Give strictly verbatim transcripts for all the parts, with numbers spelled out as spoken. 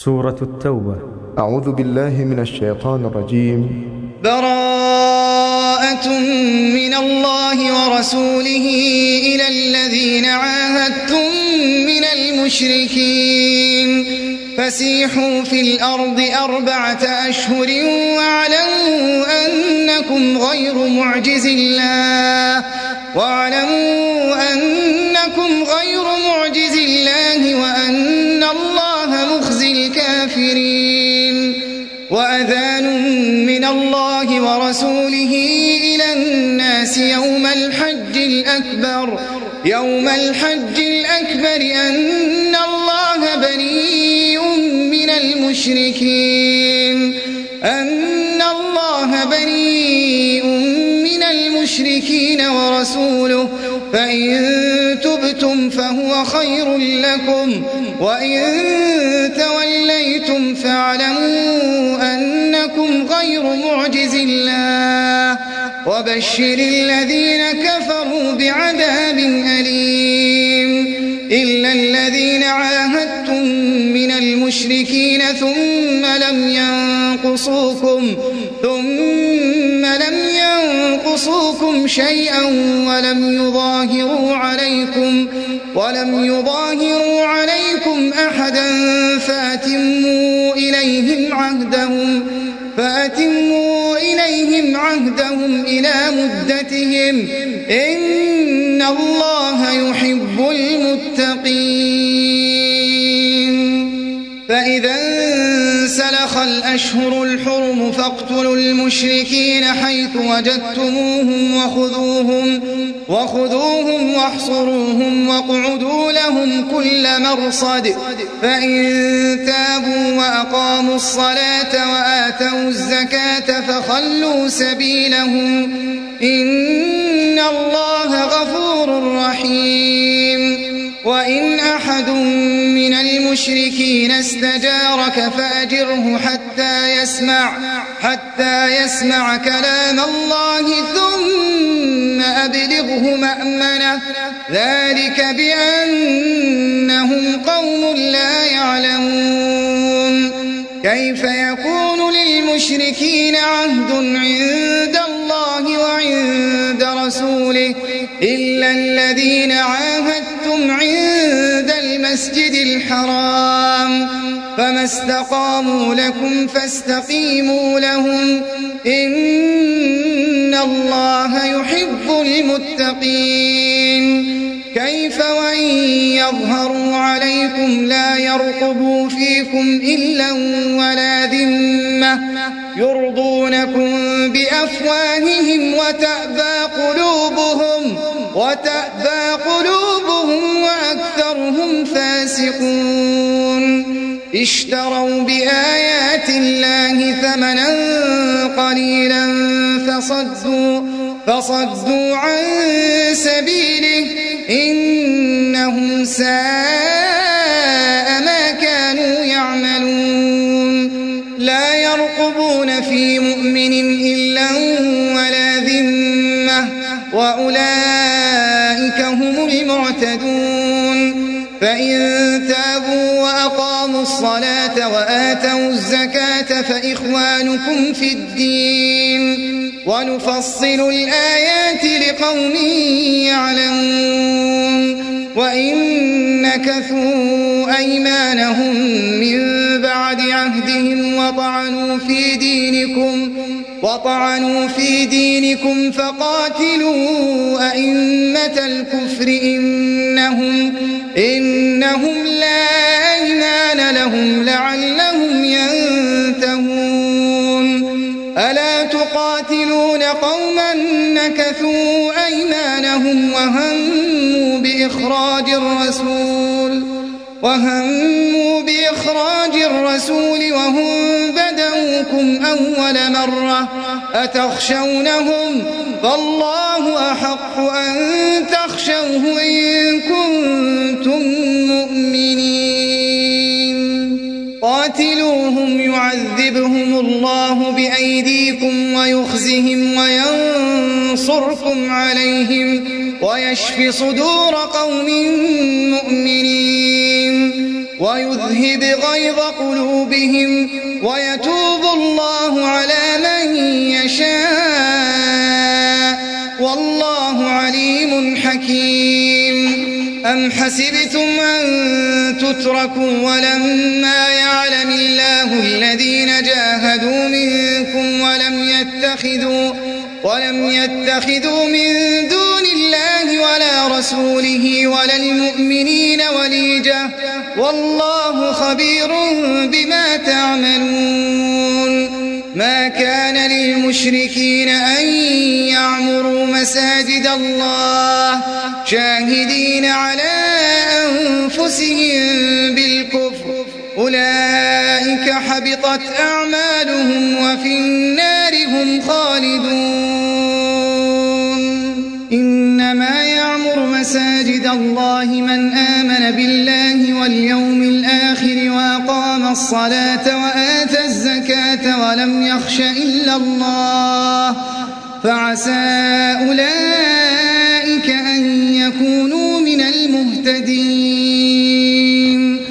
سورة التوبة. أعوذ بالله من الشيطان الرجيم. براءة من الله ورسوله إلى الذين عاهدتم من المشركين فسيحوا في الأرض أربعة أشهر واعلموا أنكم غير معجز الله واعلموا أنكم غير معجز الله وأن الله مخزي الكافرين. وأذان من الله ورسوله إلى الناس يوم الحج الأكبر يوم الحج الأكبر أن الله بريء من المشركين أن الله بريء من المشركين ورسوله فإن تبتم فهو خير لكم وإن توليتم فاعلموا أنكم غير معجز الله وبشر الذين كفروا بعذاب أليم. إلا الذين عاهدتم من المشركين ثم لم ينقصوكم ثم لم ينقصوكم شيئا ولم يظاهروا عليكم ولم يظاهروا عليكم أحدا فأتموا إليهم عهدهم فأتموا إليهم عهدهم إلى مدتهم إن الله يحب المتقين. فإذا انسلخ الأشهر الحرم فاقتلوا المشركين حيث وجدتموهم وخذوهم وخذوهم واحصروهم واقعدوا لهم كل مرصد فإن تابوا وأقاموا الصلاة وآتوا الزكاة فخلوا سبيلهم إن الله غفور رحيم. وإن أحد من المشركين استجارك فأجره حتى يسمع حتى يسمع كلام الله ثم أبلغه مأمنه ذلك بأنهم قوم لا يعلمون. كيف يكون للمشركين عهد عند الله وعند رسوله إلا الذين عاهدتم عند المسجد الحرام فما استقاموا لكم فاستقيموا لهم إن الله يحب المتقين. كيف وإن يظهروا عليكم لا يرقبوا فيكم إلا ولا ذمة يرضونكم بأفواههم وتأبى قلوبهم وتأبى قلوبهم وأكثرهم فاسقون. اشتروا بآيات الله ثمنا قليلا فصدوا فصدوا عن سبيله إنهم ساء ما كانوا يعملون. لا يرقبون في مؤمن إلا ولا ذمة وأولئك هم المعتدون. فإن تابوا وأقاموا الصلاة وآتوا الزكاة فإخوانكم في الدين ونفصل الآيات لقوم يعلمون. وإن نكثوا أيمانهم من بعد عهدهم وطعنوا في دينكم وطعنوا في دينكم فقاتلوا أئمة الكفر إنهم إنهم لا أيمان لهم لعلهم ينتهون. ألا تقاتلون قوما نكثوا أيمانهم وهموا بإخراج الرسول وهموا بإخراج الرسول وهم بدأوكم أول مرة أتخشونهم فالله أحق أن تخشوه إن كنتم مؤمنين. قاتلوهم يعذبهم الله بأيديكم ويخزهم وينصركم عليهم ويشف صدور قوم مؤمنين. ويذهب غيظ قلوبهم ويتوب الله على من يشاء والله عليم حكيم. أم حسبتم أن تتركوا ولما يعلم الله الذين جاهدوا منكم ولم يتخذوا ولم يتخذوا من دون الله ولا رسوله ولا المؤمنين وليجة والله خبير بما تعملون. ما كان للمشركين أن يعمروا مساجد الله شاهدين على أنفسهم بالكفر أولئك حبطت أعمالهم وفي النار هم خالدون. إنما يعمر مساجد الله من آمن بالله واليوم الآخر وأقام الصلاة وآتى الزكاة ولم يخش إلا الله فعسى أولئك أن يكونوا من المهتدين.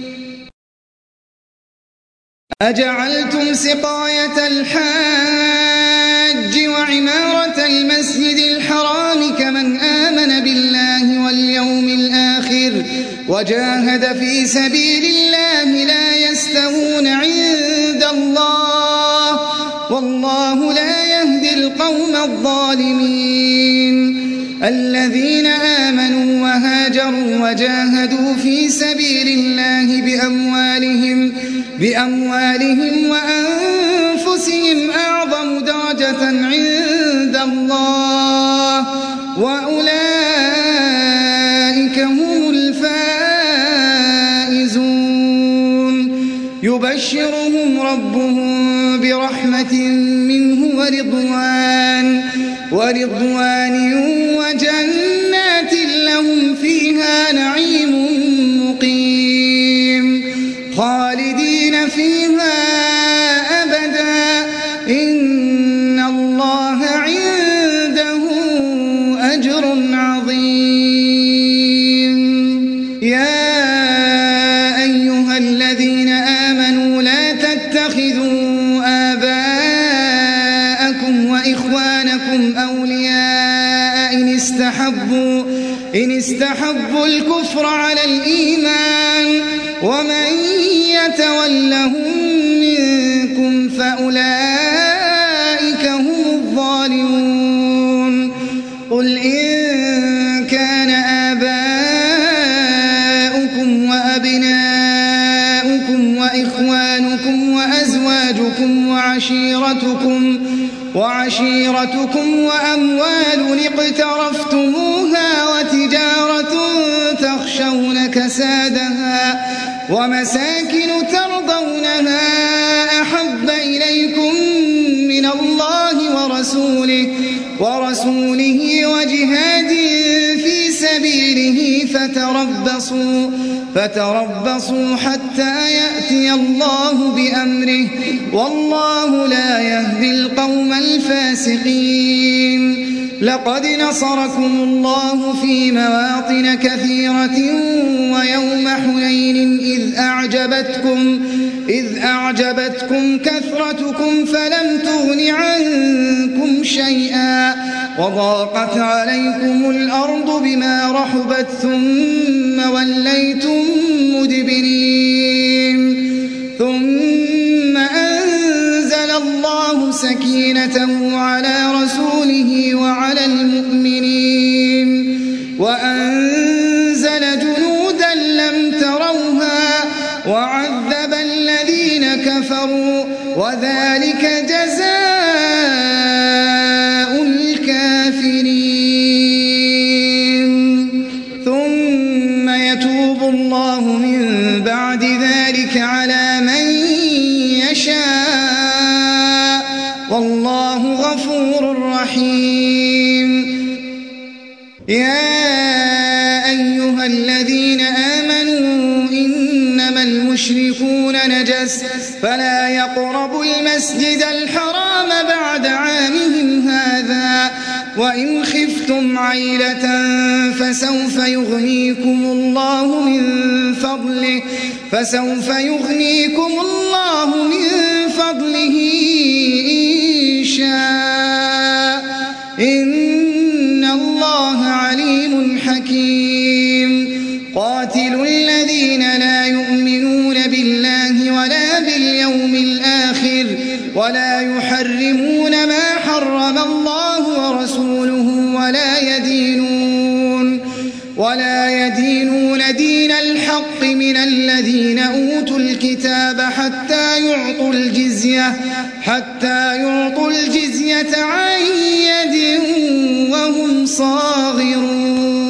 أجعلتم سقاية الحاج وعمارة المسجد الحرام كمن آمن بالله واليوم الآخر وجاهد في سبيل الله لا يستوون عند الله والله لا يهدي القوم الظالمين. الذين آمنوا وهاجروا وجاهدوا في سبيل الله بأموالهم بأموالهم وأنفسهم أعظم درجة عند الله وأولئك هم الفائزون. يبشرهم ربهم برحمة منه ورضوان ورضوان وجنات لهم فيها نعيم مقيم خالدين فيها أبدا إن الله عنده أجر عظيم. يا أيها الذين آمنوا لا تتخذوا آباءكم وإخوانكم أولياء إن استحبوا إن استحبوا الكفر على الإيمان ومن يتولهم منكم فأولئك هم الظالمون. قل إن كان آباؤكم وأبناؤكم وإخوانكم وأزواجكم وعشيرتكم وعشيرتكم وأموال اقترفتموها وتجارة تخشون كسادها ومساكن ترضونها أحب إليكم من الله ورسوله ورسوله وجهاد في سبيله فتربصوا فتربصوا حتى يأتي الله بأمره والله لا يهدي القوم الفاسقين. لقد نصركم الله في مواطن كثيرة ويوم حنين إذ أعجبتكم إذ أعجبتكم كثرتكم فلم تغن عنكم شيئا وضاقت عليكم الأرض بما رحبت ثم وليتم مدبرين. ثم أنزل الله سكينته على رسوله وعلى المؤمنين وأنزل جنودا لم تروها وعذب الذين كفروا وذلك جزاء الكافرين. ثم يتوب الله من بعد ذلك على من يشاء والله غفور رحيم. يا أيها الذين آمنوا إنما المشركون نجس نجس فلا يقربوا المسجد الحرام بعد عامهم هذا وإن خفتم عيلة فسوف يغنيكم الله من فضله فسوف يغنيكم الله من فضله إن شاء إن الله عليم حكيم قاتلوا الذين لا يؤمنون بالله ولا باليوم الآخر ولا يحرمون ما حرم الله ورسوله ولا يدينون ولا يدينون دين الحق من الذين أوتوا الكتاب حتى يعطوا الجزية حتى يعطوا الجزية عن يد وهم صاغرون.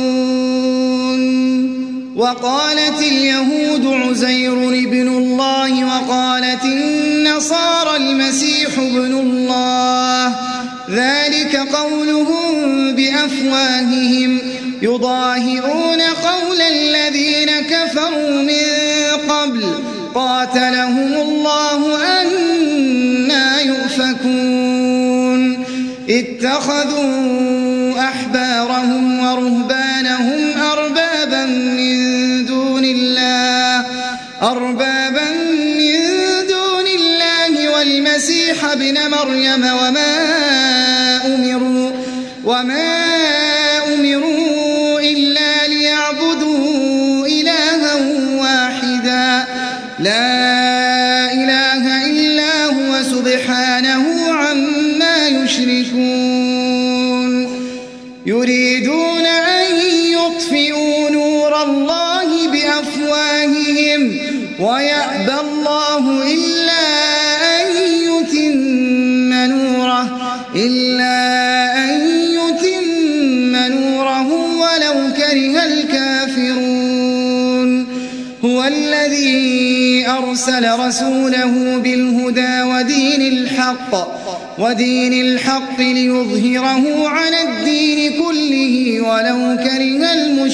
وقالت اليهود عزير ابن الله وقالت النصارى المسيح ابن الله ذلك قولهم بأفواههم يضاهئون قول الذين كفروا من قبل قاتلهم الله أنى يؤفكون اتخذوا أحبارهم ورهبانهم أربابا من دون الله أربابا من دون الله والمسيح ابن مريم وما أمروا وما أمروا إلا ليعبدوا إلها واحدا لا إله إلا هو سبحانه عما يشركون يريدون أن يطفئوا نور الله بأفواههم ويأبى الله إلا أن يتم نوره إلا أن يتم نوره ولو كره الكافرون هو الذي أرسل رسوله بالهدى ودين الحق ودين الحق ليظهره على الدين كله ولو كره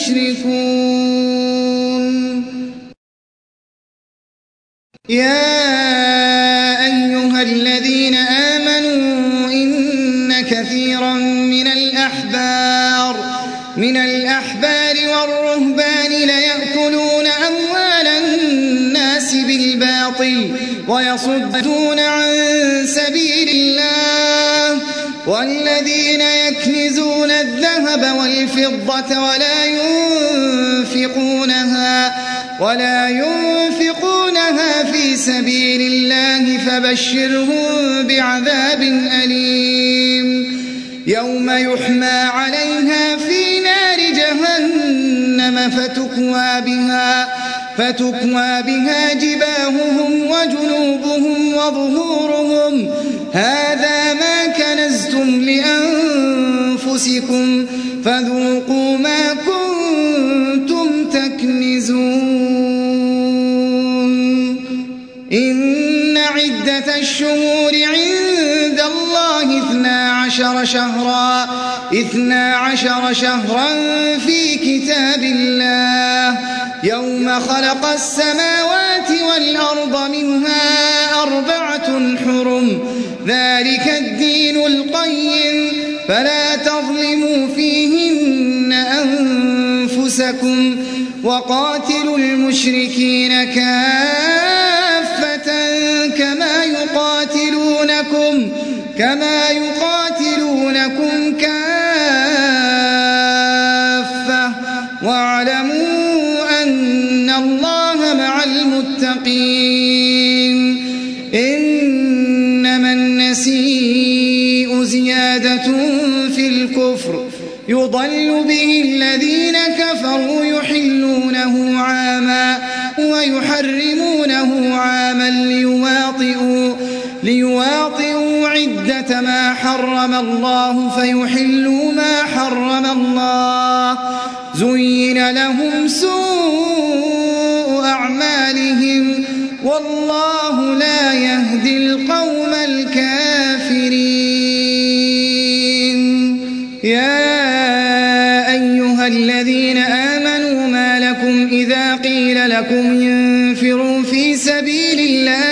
المشركون. يا أيها الذين آمنوا إن كثيرا من الأحبار من الأحبار والرهبان ليأكلون أموال الناس بالباطل ويصدون عن سبيل الله والذين يكنزون الذهب والفضة ولا ينفقونها ولا ينفقونها في سبيل الله فبشرهم بعذاب أليم يوم يحمى عليها في نار جهنم فتكوى بها فتكوى بها جباههم وجنوبهم وظهورهم هذا ما كنزتم لأنفسكم فذوقوا ما كنتم تكنزون. إن عدة الشهور عند الله اثنا عشر شهرا اثنا عشر شهرا في كتاب الله يوم خلق السماوات والأرض منها أربعة حرم ذلك الدين القيم فلا تظلموا فيهن أنفسكم وقاتلوا المشركين كافة كما يقاتلونكم كما يقاتلونكم كافة واعلموا أن الله مع المتقين. إنما النسيء زيادة في الكفر يضل به الذين كفروا يحلونه عاما ويحرمونه عاما ليواطئوا ليواطئوا عدة ما حرم الله فيحلوا ما حرم الله زين لهم سوء أعمالهم والله لا يهدي القوم الكافرين. يا أيها الذين آمنوا ما لكم إذا قيل لكم انفروا في سبيل الله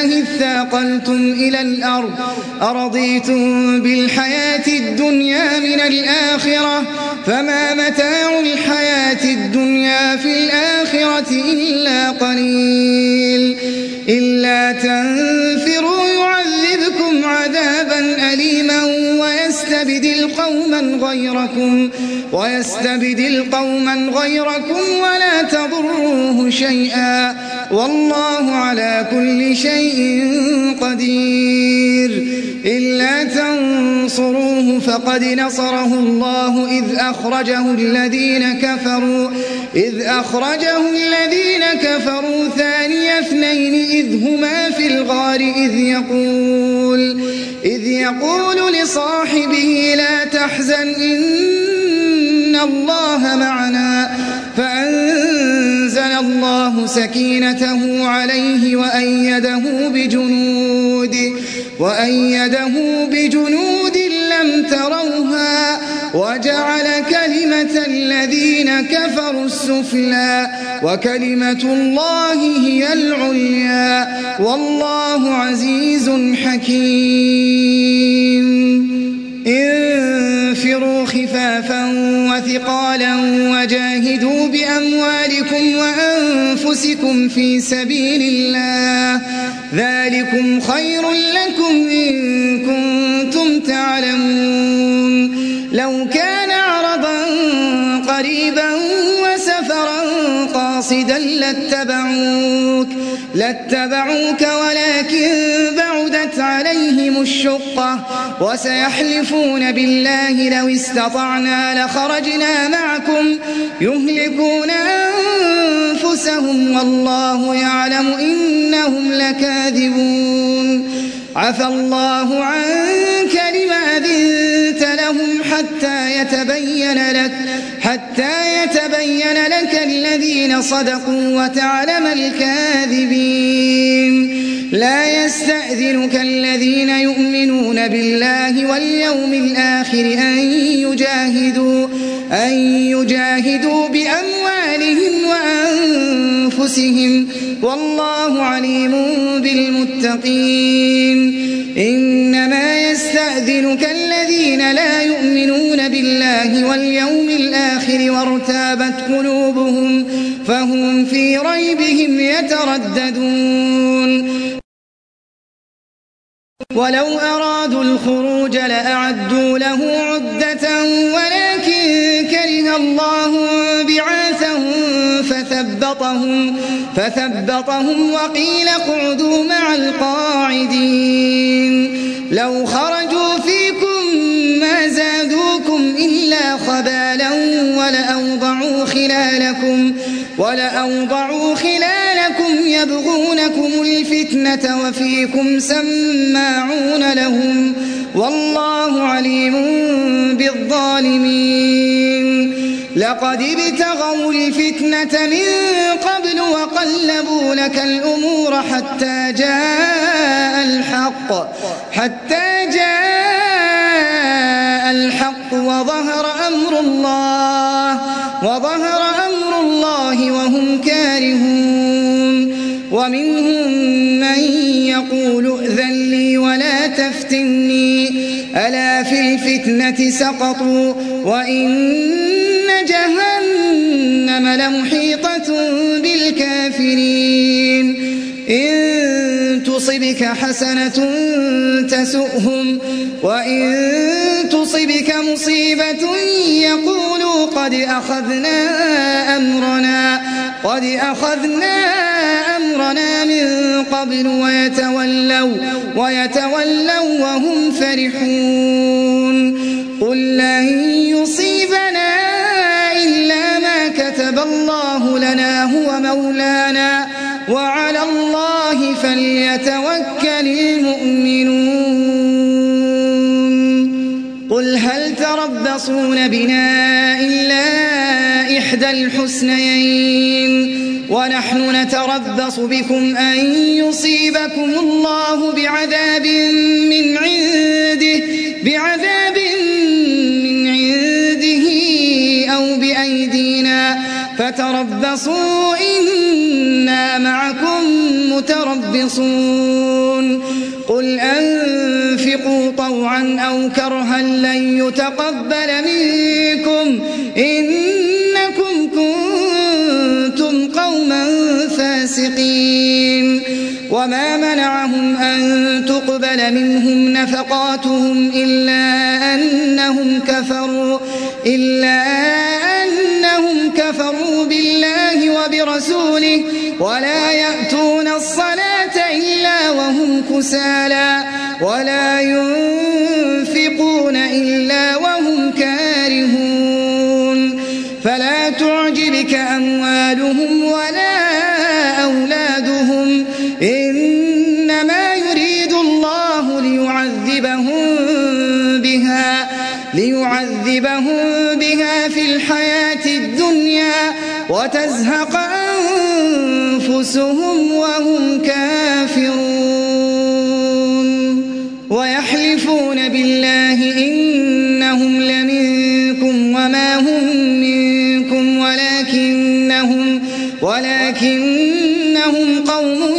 انتقلتم إلى الأرض أرضيتم بالحياة الدنيا من الآخرة فما متاع الحياة الدنيا في الآخرة إلا قليل إلا تنفروا يعذبكم عذابا أليما ويستبدل قوما غيركم ويستبدل قوما غيركم ولا تضروه شيئا والله على كل شيء قدير إلا تنصروه فقد نصره الله إذ أخرجه الذين كفروا إذ أخرجه الذين كفروا ثاني اثنين إذ هما في الغار إذ يقول إذ يقول لصاحبه لا تحزن إن الله معنا فأنزل الله سكينته عليه وأيده بجنود وأيده بجنود لم تروها وجعل كلمة الذين كفروا السفلى وكلمة الله هي العليا والله عزيز حكيم انفروا خفافا وثقالا وجاهدوا بأموالكم وأنفسكم في سبيل الله ذلكم خير لكم إن كنتم تعلمون لو كان عرضا قريبا وسفرا قاصدا لاتبعوك لاتبعوك ولكن بعدت عليهم الشقة وسيحلفون بالله لو استطعنا لخرجنا معكم يهلكون أنفسهم والله يعلم إنهم لكاذبون عفى الله عنك لما أذنت لهم حتى يتبين لك حتى يتبين لك الذين صدقوا وتعلم الكاذبين لا يستأذنك الذين يؤمنون بالله واليوم الآخر أن يجاهدوا أن يجاهدوا بأموالهم وأنفسهم والله عليم بالمتقين إنما يستأذنك الذين لا يؤمنون بالله واليوم الآخر وارتابت قلوبهم فهم في ريبهم يترددون ولو أرادوا الخروج لأعدوا له عدة ولكن كره الله بعاثهم فثبطهم, فثبطهم وقيل اقعدوا مع القاعدين لو خرجوا فيكم ما زادوكم إلا خبالا ولأوضعوا خلالكم, ولأوضعوا خلالكم يبغونكم الفتنة وفيكم سماعون لهم والله عليم بالظالمين لقد ابتغوا الفتنة من قبل وقلبوا لك الأمور حتى جاء الحق حتى جاء الحق وظهر أمر الله وظهر أمر الله وهم كارهون ومنهم من يقول ائذن لي ولا تفتني ألا في الفتنة سقطوا وإن جهنم لمحيطة بالكافرين إن تصبك حسنة تسؤهم وإن تصبك مصيبة يقولوا قد أخذنا أمرنا قد أخذنا أمرنا من قبل ويتولوا ويتولوا وهم فرحون قل لن يصيبنا إلا ما كتب الله لنا هو مولانا وعلى الله فليتوكل المؤمنون قل هل تربصون بنا إلا إحدى الحسنيين ونحن نتربص بكم أن يصيبكم الله بعذاب من عنده بعذاب من عنده أو بأيدينا فتربصوا إن إنا معكم متربصون قل أنفقوا طوعا أو كرها لن يتقبل منكم إنكم كنتم قوما فاسقين وما منعهم أن تقبل منهم نفقاتهم إلا أنهم كفروا إلا أنهم كفروا بالله وبرسوله ولا يأتون الصلاة إلا وهم كسالى ولا ينفقون إلا وهم كارهون فلا تعجبك أموالهم ولا أولادهم إنما يريد الله ليعذبهم بها ليعذبهم بها في الحياة الدنيا وتزهق أنفسهم وهم كافرون ويحلفون بالله إنهم لمنكم وما هم منكم ولكنهم ولكنهم قوم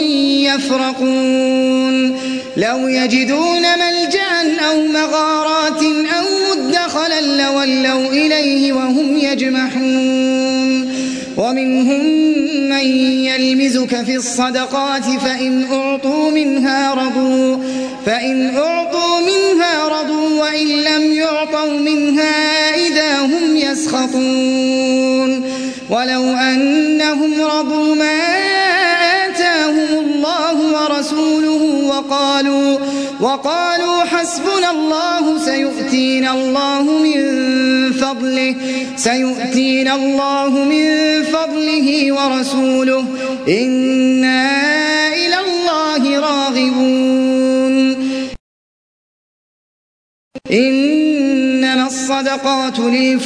يفرقون لو يجدون ملجأ أو مغارات أو مدخلا لولوا إليه وهم يجمحون ومنهم من يلمزك في الصدقات فإن أعطوا منها رضوا فإن أعطوا منها رضوا وإن لم يعطوا منها إذا هم يسخطون ولو أنهم رضوا ما آتاهم الله ورسوله وقالوا وقالوا حسبنا الله سيؤتينا الله من فضله سيؤتينا الله من فضله ورسوله إنا إلى الله راغبون إنما الصدقات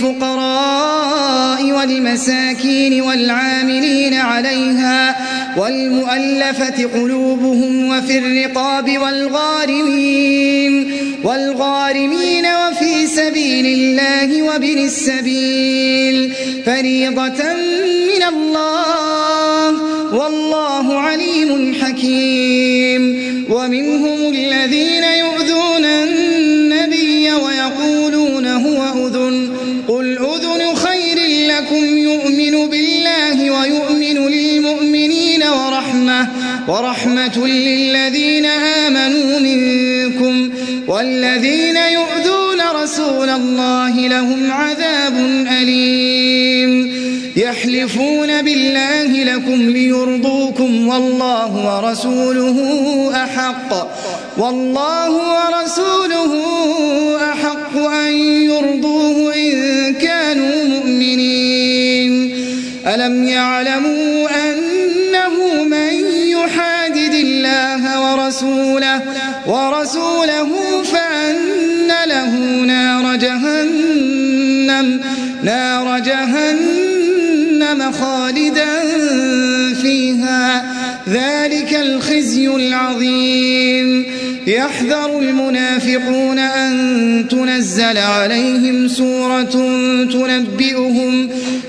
للفقراء والمساكين والعاملين عليها والمؤلفة قلوبهم وفي الرقاب والغارمين والغارمين وفي سبيل الله وابن السبيل فريضة من الله والله عليم حكيم ومنهم الذين يؤذون النبي ويقولون هو أذن قل أذن خير لكم يؤمن بالله ويؤمن للمؤمنين ورحمة ورحمة للذين آمنوا منكم والذين يؤذون رسول الله لهم عذاب أليم يحلفون بالله لكم ليرضوكم والله ورسوله أحق والله ورسوله أحق أن يرضوه إن كانوا مؤمنين ألم يعلموا أنه من يحادد الله ورسوله ورسوله فأن له نار جهنم نار جهنم خالدا فيها ذلك الخزي العظيم يحذر المنافقون أن تنزل عليهم سورة تنبئهم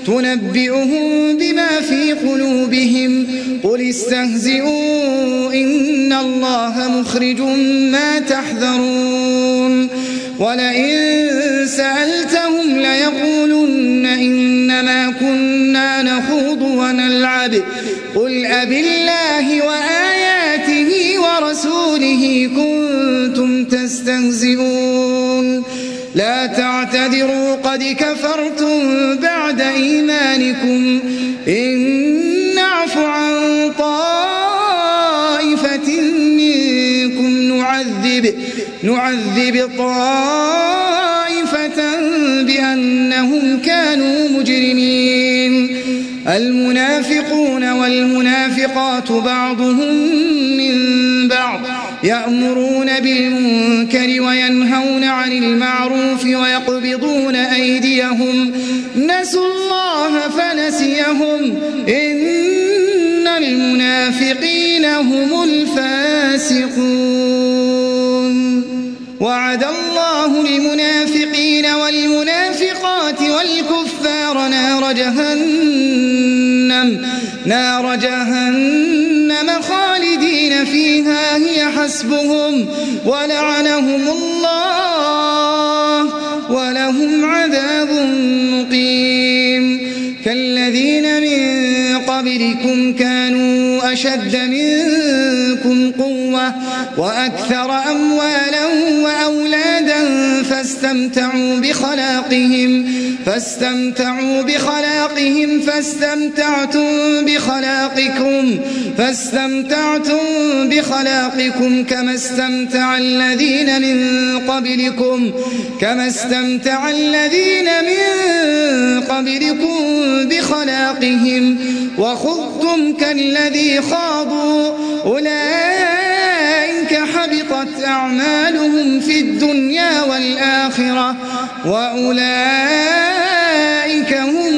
تنبئهم بما في قلوبهم قل استهزئوا إن الله مخرج ما تحذرون ولئن سألتهم ليقولن إنما كنا نخوض ونلعب قل أبالله وآياته ورسوله كنتم تستهزئون لا تعتذروا قد كفرتم بعد إيمانكم إن نعف عن طائفة منكم نعذب نعذب طائفة بأنهم كانوا مجرمين المنافقون والمنافقات بعضهم من بعض يأمرون بالمنكر وينهون عن المعروف ويقبضون أيديهم نسوا الله فنسيهم إن المنافقين هم الفاسقون وعد الله المنافقين والمنافقات والكفار نار جهنم نار جهنم خالدين فيها هي حسبهم ولعنهم الله ولهم عذاب مقيم كالذين من قبلكم كانوا أشد منكم قوة وأكثر أموالا وأولادا فاستمتعوا بخلاقهم فاستمتعوا بخلاقهم فاستمتعتم بخلاقكم فاستمتعتم بخلاقكم كما استمتع الذين من قبلكم كما استمتع الذين من قبلكم بخلاقهم وخضتم كالذي خاضوا أولئك حبطت أعمالهم في الدنيا والآخرة وأولئك هم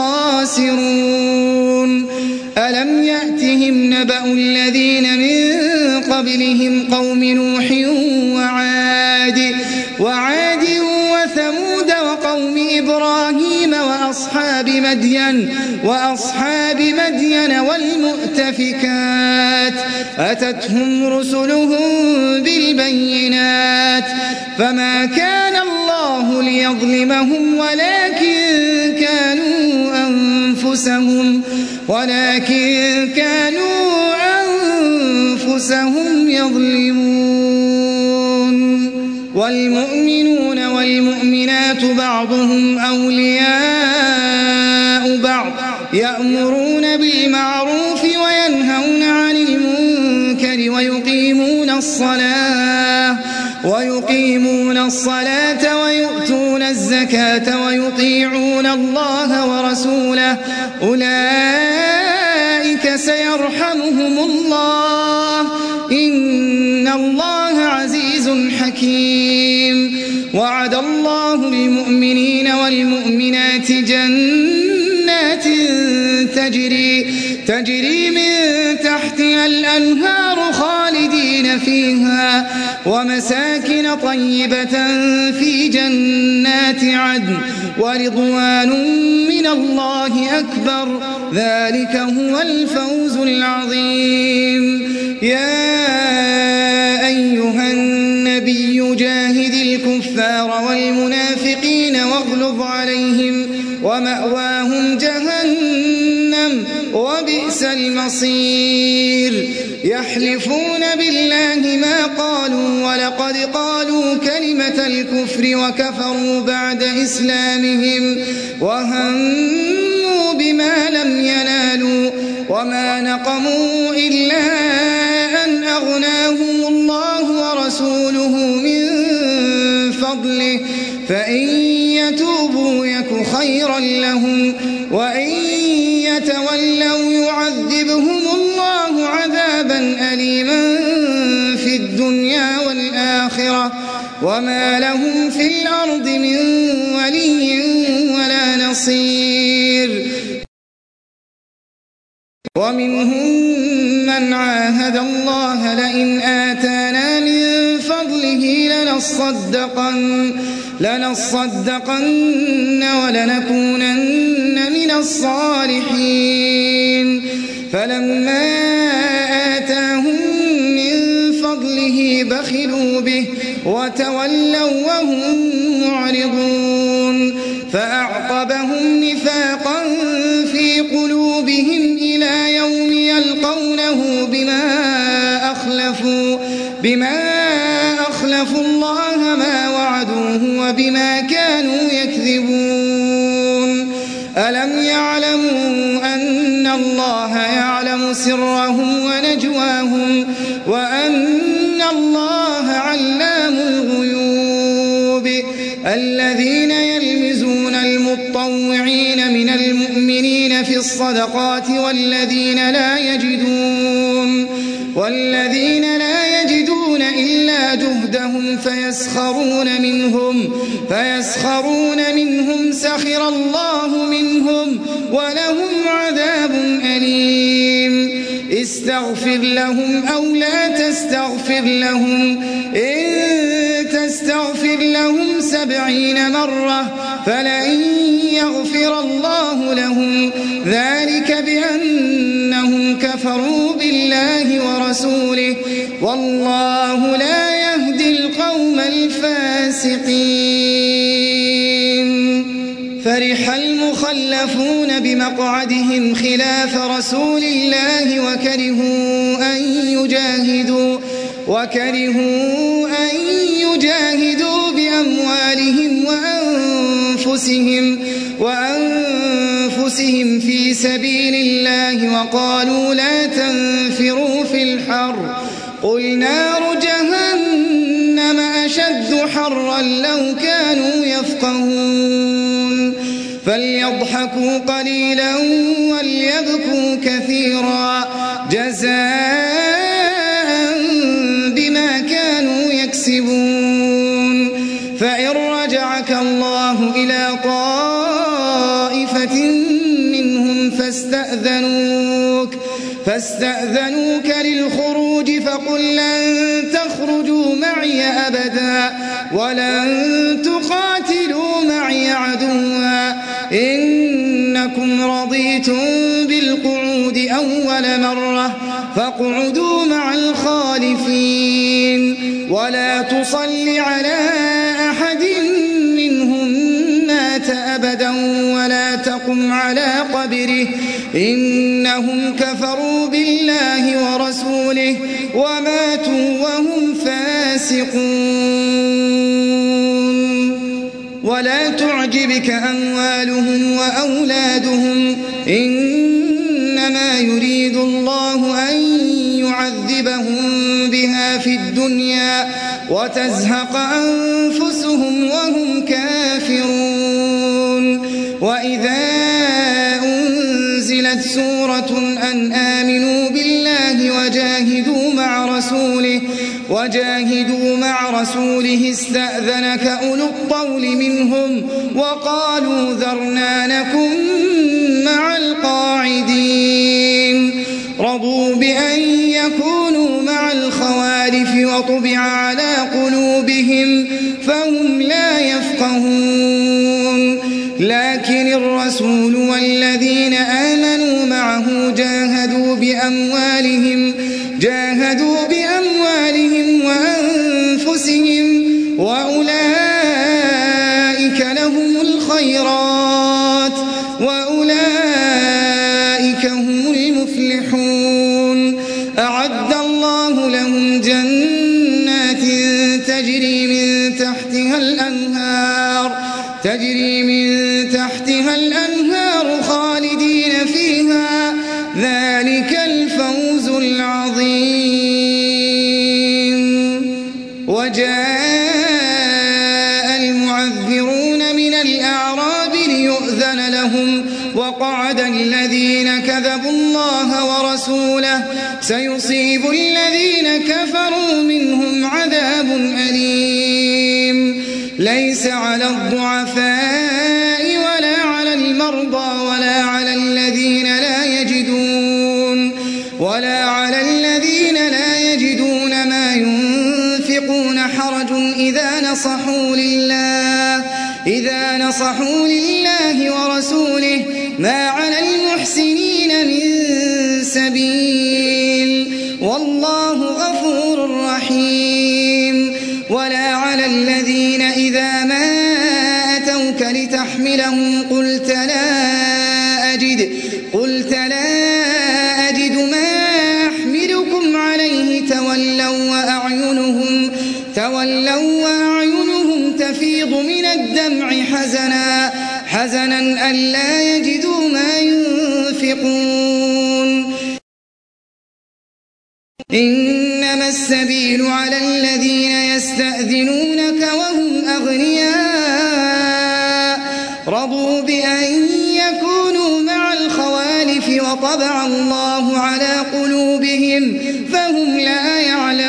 الخاسرون ألم يأتهم نبأ الذين من قبلهم قوم نوح وعاد وعاد وثمود وقوم إبراهيم وأصحاب مدين وأصحاب مدين والمؤتفكات أتتهم رسلهم بالبينات فما كان الله ليظلمهم ولكن كانوا أنفسهم ولكن كانوا أنفسهم يظلمون والمؤمنون والمؤمنات بعضهم أولياء بعض يأمرون بالمعروف وينهون عن المنكر ويقيمون الصلاة ويقيمون الصلاة ويؤتون الزكاة ويطيعون الله ورسوله أولئك سيرحمهم الله إن الله عزيز حكيم وعد الله المؤمنين والمؤمنات جنات تجري تجري من تحتها الأنهار خالدين فيها ومساكن طيبة في جنات عدن ورضوان من الله أكبر ذلك هو الفوز العظيم يا أيها النبي جاهد الكفار والمنافقين واغلظ عليهم ومأواهم جهنم وبئس المصير يحلفون بالله ما قالوا ولقد قالوا كلمة الكفر وكفروا بعد إسلامهم وهموا بما لم ينالوا وما نقموا إلا أن أغناهم الله ورسوله من فضله فإن يتوبوا يك خيرا لهم وإن يتولوا يعذبهم الله عذابا أليما في الدنيا والآخرة وما لهم في الأرض من ولي ولا نصير ومنهم من عاهد الله لئن آتانا من فضله لنصدقن لنصدقن ولنكونن من الصالحين فلما آتاهم من فضله بخلوا به وتولوا وهم معرضون فأعقبهم نفاقا في قلوبهم إلى يوم يلقونه بما أخلفوا بما أخلفوا الله ما وعدوه وبما كانوا يكذبون ألم يعلموا أن الله يعلم سرهم ونجواهم وأن الله علام الغيوب الذين يلمزون المطوعين من المؤمنين في الصدقات والذين لا يجدون والذين لا يجدون إلا جهدهم فيسخرون منهم فيسخرون منهم سخر الله منهم ولهم عذاب أليم استغفر لهم أو لا تستغفر لهم إن تستغفر لهم سبعين مرة فلن يغفر الله لهم ذلك بأنهم كفروا بالله الله ورسوله والله لا يهدي القوم الفاسقين. فرح المخلفون بمقعدهم خلاف رسول الله وكرهوا أن يجاهدوا وكرهوا أن يجاهدوا بأموالهم وأنفسهم وأنفسهم في سبيل الله وقالوا لا تنفروا في الحر قل نار جهنم أشد حرا لو كانوا يفقهون. فليضحكوا قليلا وليبكوا كثيرا جزاء بما كانوا يكسبون. فإن رجعك الله إلى طائفة منهم فاستأذنوك فاستأذنوك للخروج فقل لن تخرجوا معي أبدا ولن تقاتلوا معي عدوا إنكم رضيتم بالقعود أول مرة فاقعدوا مع الخالفين ولا تصل على أحد منهم مات أبدا ولا تقم على قبره إنهم كفروا بالله ورسوله وماتوا وهم فاسقون. ولا تعجبك أموالهم وأولادهم إنما يريد الله أن يعذبهم بها في الدنيا وتزهق أنفسهم وهم كافرون. وإذا أنزلت سورة أن آمنوا بالله وجاهدوا مع رسوله وجاهدوا مع رسوله استأذنك أولو الطول منهم وقالوا ذرنا نكن مع القاعدين. رضوا بأن يكونوا مع الخوالف وطبع على قلوبهم فهم لا يفقهون. لكن الرسول والذين آمنوا معه جاهدوا بأموالهم جاهدوا بأموالهم وأنفسهم وأولئك لهم الخيرات وأولئك هم المفلحون. أعد الله لهم جنات تجري من تحتها الأنهار تجري من تحتها الأنهار خالدين فيها ذلك الفوز العظيم. وجاء المعذرون من الأعراب ليؤذن لهم وقعد الذين كذبوا الله ورسوله سيصيب الذين كفروا منهم عذاب أليم. ليس على الضعفاء ولا على المرضى ولا على الذين لا يجدون ولا على الذين لا يجدون ما ينفقون حرج إذا نصحوا لله إذا نصحوا لله ورسوله ما على المحسنين من سبيل والله غفور رحيم. ولا على الذين إذا ما أتوك لتحملهم قلت لا أجد قلت لا أجد ما أحملكم عليه تولوا وأعينهم تولوا وأعينهم تفيض من الدمع حزنا حزنا ألا يجدوا ما ينفقون. إنما السبيل على الذين يستأذنونك وهم أغنياء رضوا بأن يكونوا مع الخوالف وطبع الله على قلوبهم فهم لا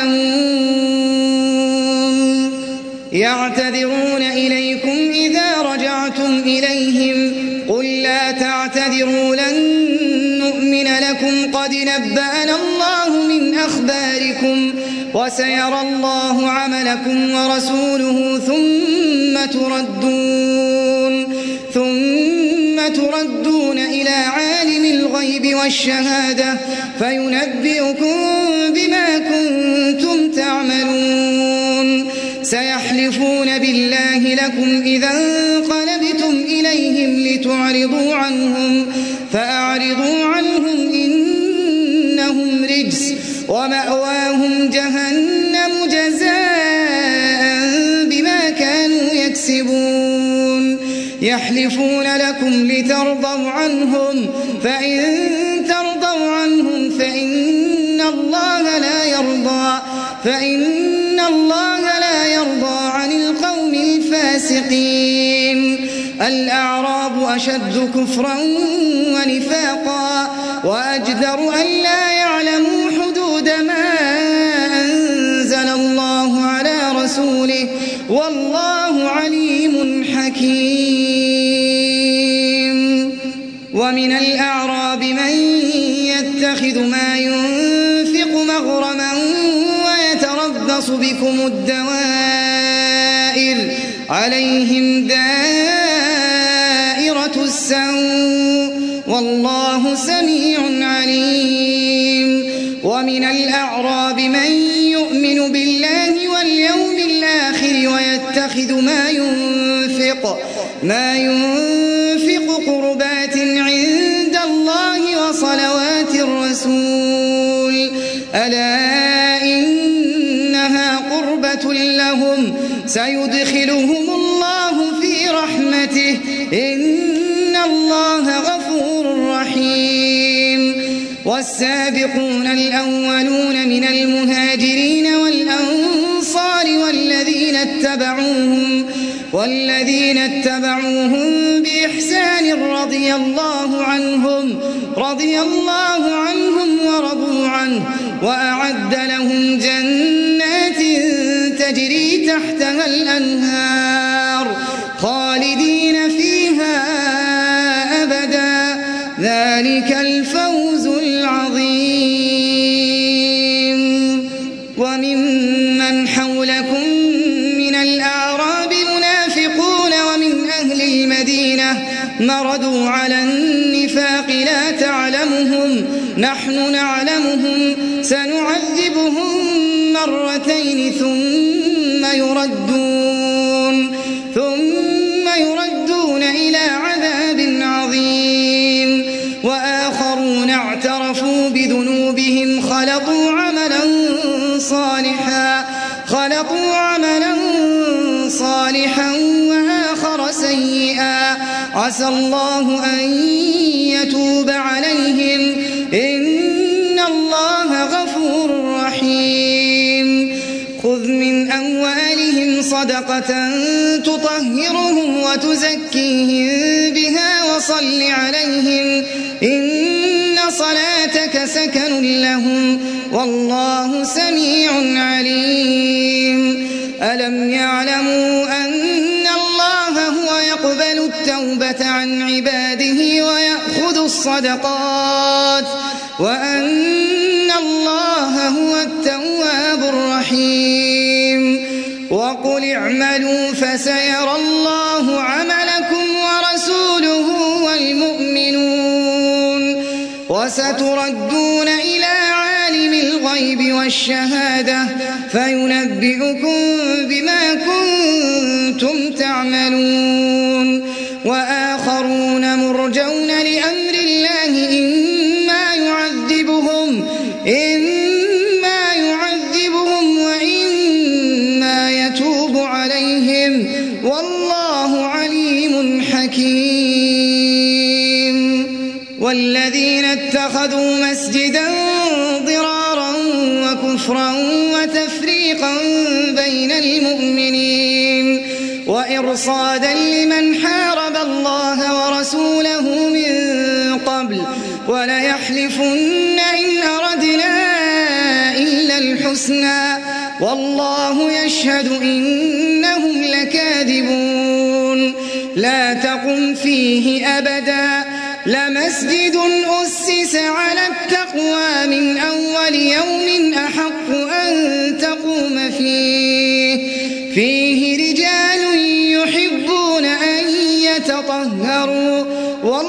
يعلمون. يعتذرون إليكم إذا رجعتم إليهم قل لا تعتذروا لن نؤمن لكم قد نبأنا الله من أخباركم وسيرى الله عملكم ورسوله ثم تردون ثم تردون إلى عالم الغيب والشهادة فينبئكم بما كنتم تعملون سيحلفون بالله لكم إذا انقلبتم إليهم لتعرضوا عنهم فأعرضوا عنهم إنهم رجس ومأواهم جهنم جزاء بما كانوا يكسبون يحلفون لكم لترضوا عنهم فإن ترضوا عنهم فإن الله لا يرضى فإن الله لا يرضى عن القوم الفاسقين الأعراب أشد كفرا ونفاقا وأجدر أن لا يعلموا حدود ما أنزل الله على رسوله والله عليم حكيم ومن الأعراب من يتخذ ما ينفق مغرما ويتربص بكم الدوائر عليهم دائرة السوء والله سميع عليم ومن الأعراب من يؤمن بالله واليوم الآخر ويتخذ ما ينفق ما ينفق قربات عند الله وصلوات الرسول ألا إنها قربة لهم سيدخلهم الله في رحمته إن الله غفور رحيم والسابقون الأولون من المهاجرين والأنصار والذين اتبعوهم والذين اتبعوهم بإحسان رضي الله عنهم رضي الله عنهم ورضوا عنه وأعد لهم جنات تجري تحتها الأنهار خالدين فيها أبدا ذلك الفوز العظيم وممن حولكم من الأعراب منافقون ومن أهل المدينة مردوا على النفاق لا تعلمهم نحن نعلمهم سنعذبهم مرتين ثم يردون ثم يردون إلى عذاب عظيم وآخرون اعترفوا بذنوبهم خلطوا عملا صالحا خلطوا عملا صالحا وآخر سيئا عسى الله أن يتوب عليهم إن الله غفور رحيم خذ من أموالهم صدقة تطهرهم وتزكيهم بها وصل عليهم إن صلاتك سكن لهم والله سميع عليم ألم يعلموا أن الله هو يقبل التوبة عن عباده ويأخذ الصدقات وأن الله هو التواب الرحيم وقل اعملوا فسيرى الله عملكم ورسوله والمؤمنون وستردون إلى عالم الغيب والشهادة فينبئكم بما كنتم تعملون وآخرون مرجون لأمر الله إما يعذبهم إما يعذبهم وإما يتوب عليهم والله عليم حكيم والذين اتخذوا مسجدا ضرارا وكفرا وتفريقا بين المؤمنين وإرصادا لمن حارب الله ورسوله من قبل وليحلفن إن أردنا إلا الحسنى والله يشهد إنهم لكاذبون لا تقم فيه أبدا لمسجد أسس على التقوى من أول يوم أحق أن تقوم فيه فيه رجال يحبون أن يتطهروا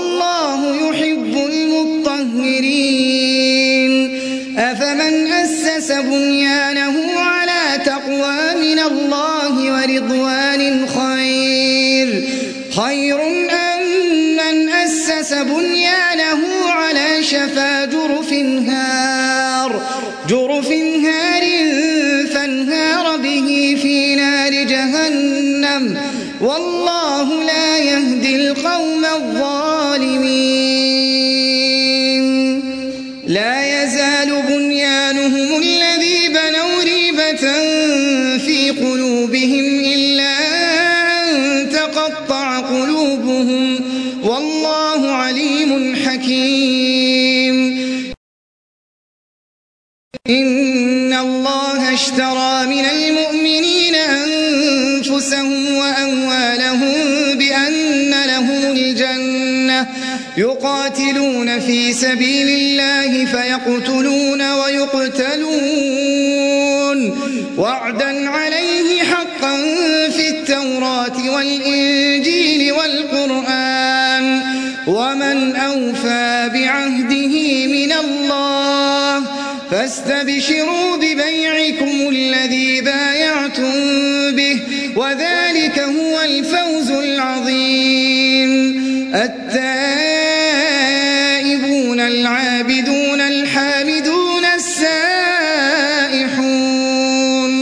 من الله ورضوان خير خير أم من أسس بنيانه على شفا جرف هار جرف هار فانهار به في نار جهنم والله لا يهدي القوم الظالمين لا يزال بنيانهم الذي بنوا ريبة في قلوبهم إلا أن تقطع قلوبهم والله عليم حكيم إن الله اشترى من المؤمنين أنفسهم وأموالهم بأن لهم الجنة يقاتلون في سبيل الله فيقتلون ويقتلون وعدا عليه حقا في التوراة والإنجيل والقرآن ومن أوفى بعهده من الله فاستبشروا ببيعكم الذي بايعتم به وذلك هو الفوز العظيم التائبون العابدون الحامدون السائحون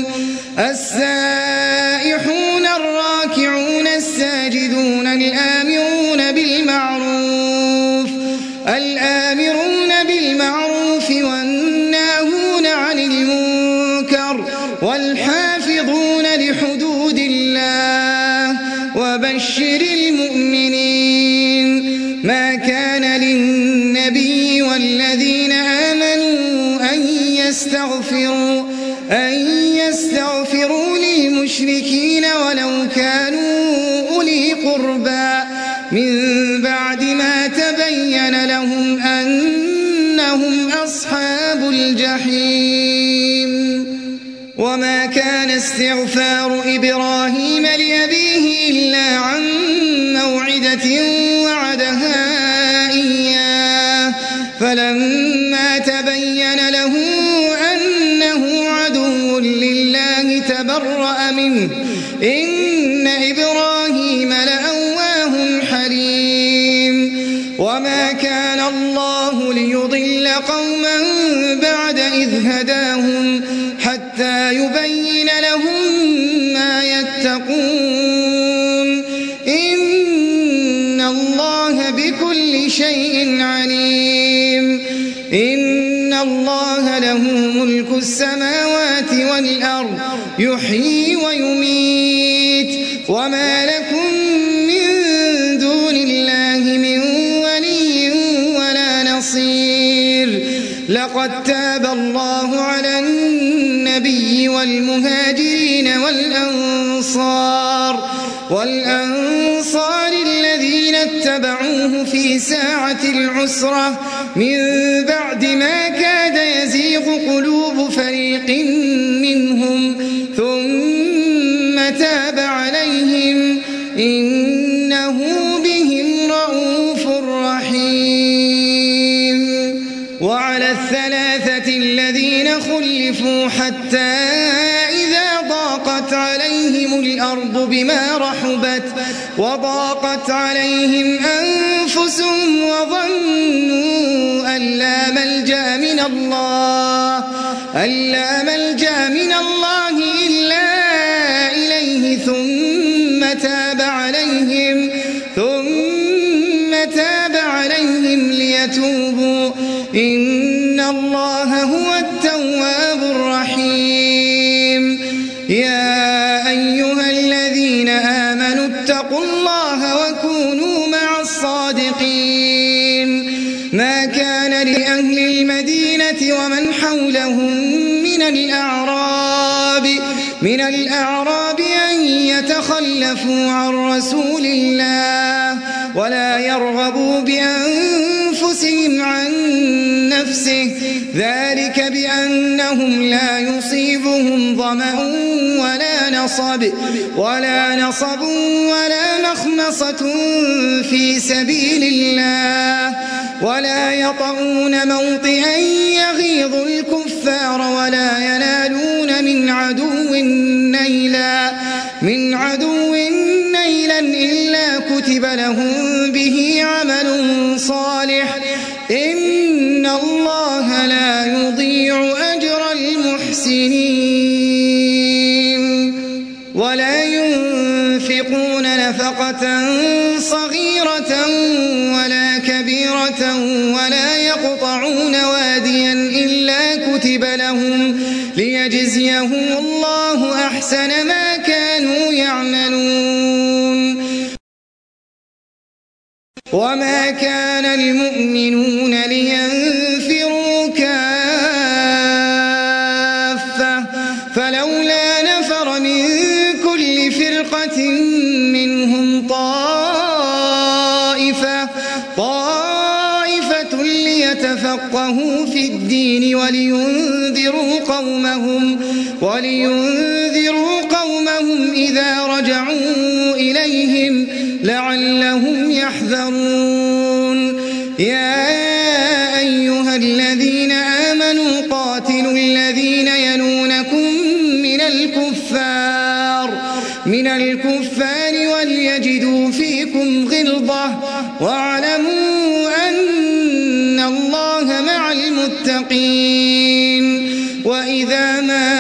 السائحون الراكعون الساجدون الآمرون بالمعروف الآمرون بالمعروف والناهون عن المنكر والحافظون لحدود الله وبشر المؤمنين ما كان للنبي والذين آمنوا أن يستغفروا أن يستغفروا للمشركين ولو كانوا أولي قربى من بعد ما تبين لهم أنهم أصحاب الجحيم وما كان استغفار إبراهيم لأبيه إلا عن موعدة وعدها إياه فلما تبين له أنه عدو لله تبرأ منه إن إبراهيم لأواه حليم وما كان الله ليضل قوما بعد إذ هداهم حتى يبين لهم ما يتقون إن الله بكل شيء عليم إن الله له ملك السماوات والأرض يحيي ويميت وما لكم من دون الله من ولي ولا نصير لقد تاب الله على النبي والمهاجرين والأنصار والأنصار الذين اتبعوه في ساعة العسرة من بعد ما كاد يزيغ قلوب فريق منهم ثم تاب عليهم إنه بهم رؤوف رحيم وعلى الثلاثة الذين خلفوا حتى إذا ضاقت عليهم الأرض بما رحبت وضاقت عليهم أنفسهم وظنوا أن لا ملجأ من الله أن لا ملجأ من الله إلا إليه ثم تاب عليهم ثم تاب عليهم ليتوبوا إن الله هو التواب الرحيم يا أيها الذين آمنوا اتقوا الله وكونوا مع الصادقين ما كان لأهل المدينة ومن حولهم من الأعراب من الأعراب أن يتخلفوا عن رسول الله ولا يرغبوا بأنفسهم عن نفسه ذلك بأنهم لا يصيبهم ظمأ ولا نصب ولا نصب ولا مخمصة في سبيل الله ولا يطؤون موطئا يغيظ الكفار ولا ينالون من عدو نيلا من عدو نيلا إلا كتب لهم به عمل صالح إن الله لا يضيع أجر المحسنين ولا ينفقون نفقة صغيرة ولا كبيرة ولا يقطعون واديا إلا كتب لهم ليجزيهم الله أحسن ما كانوا يعملون وما كان المؤمنون لينفروا كافة فلولا نفر من كل فرقة منهم طائفة طائفة ليتفقهوا في الدين ولينذروا قومهم ولينذروا قومهم إذا رجعوا إليهم لعلهم يحذرون يا أيها الذين آمنوا قاتلوا الذين يلونكم من الكفار من الكفار وليجدوا فيكم غلظة واعلموا أن الله مع المتقين وإذا ما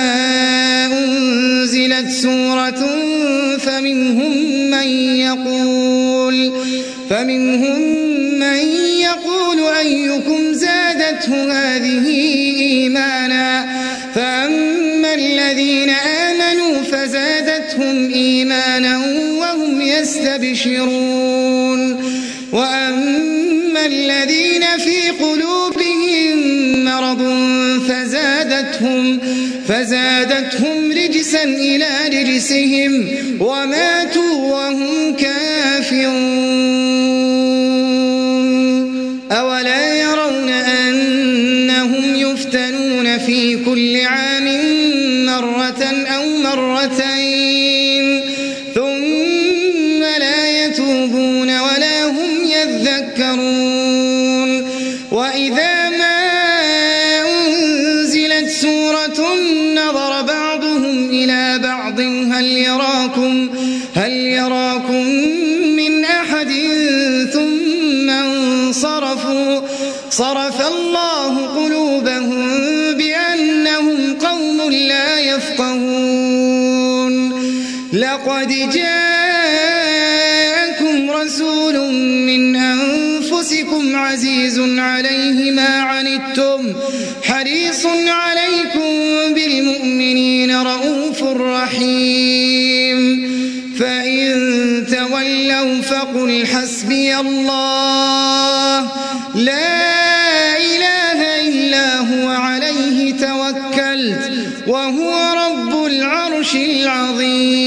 أنزلت سورة فمنهم من يقول فمنهم من يقول أيكم زادته هذه إيمانا فأما الذين آمنوا فزادتهم إيمانا وهم يستبشرون وأما الذين في قلوبهم مرض فزادتهم فزادتهم رجسا إلى رجسهم وماتوا وهم كافرون أولا يرون أنهم يفتنون في كل عام مرة أو مرتين ثم لا يتوبون ولا هم يذكرون وإذا ما أنزلت سورة نظر بعضهم إلى بعض هل يراكم هل يراكم من أحد ثم انصرفوا صرف الله قلوبهم بأنهم قوم لا يفقهون لقد جاءكم رسول من أنفسكم عزيز عليه ما عنتم حريص عليكم بالمؤمنين رؤوف رحيم فإن تولوا فقل حسبي الله لا إله إلا هو عليه توكلت وهو رب العرش العظيم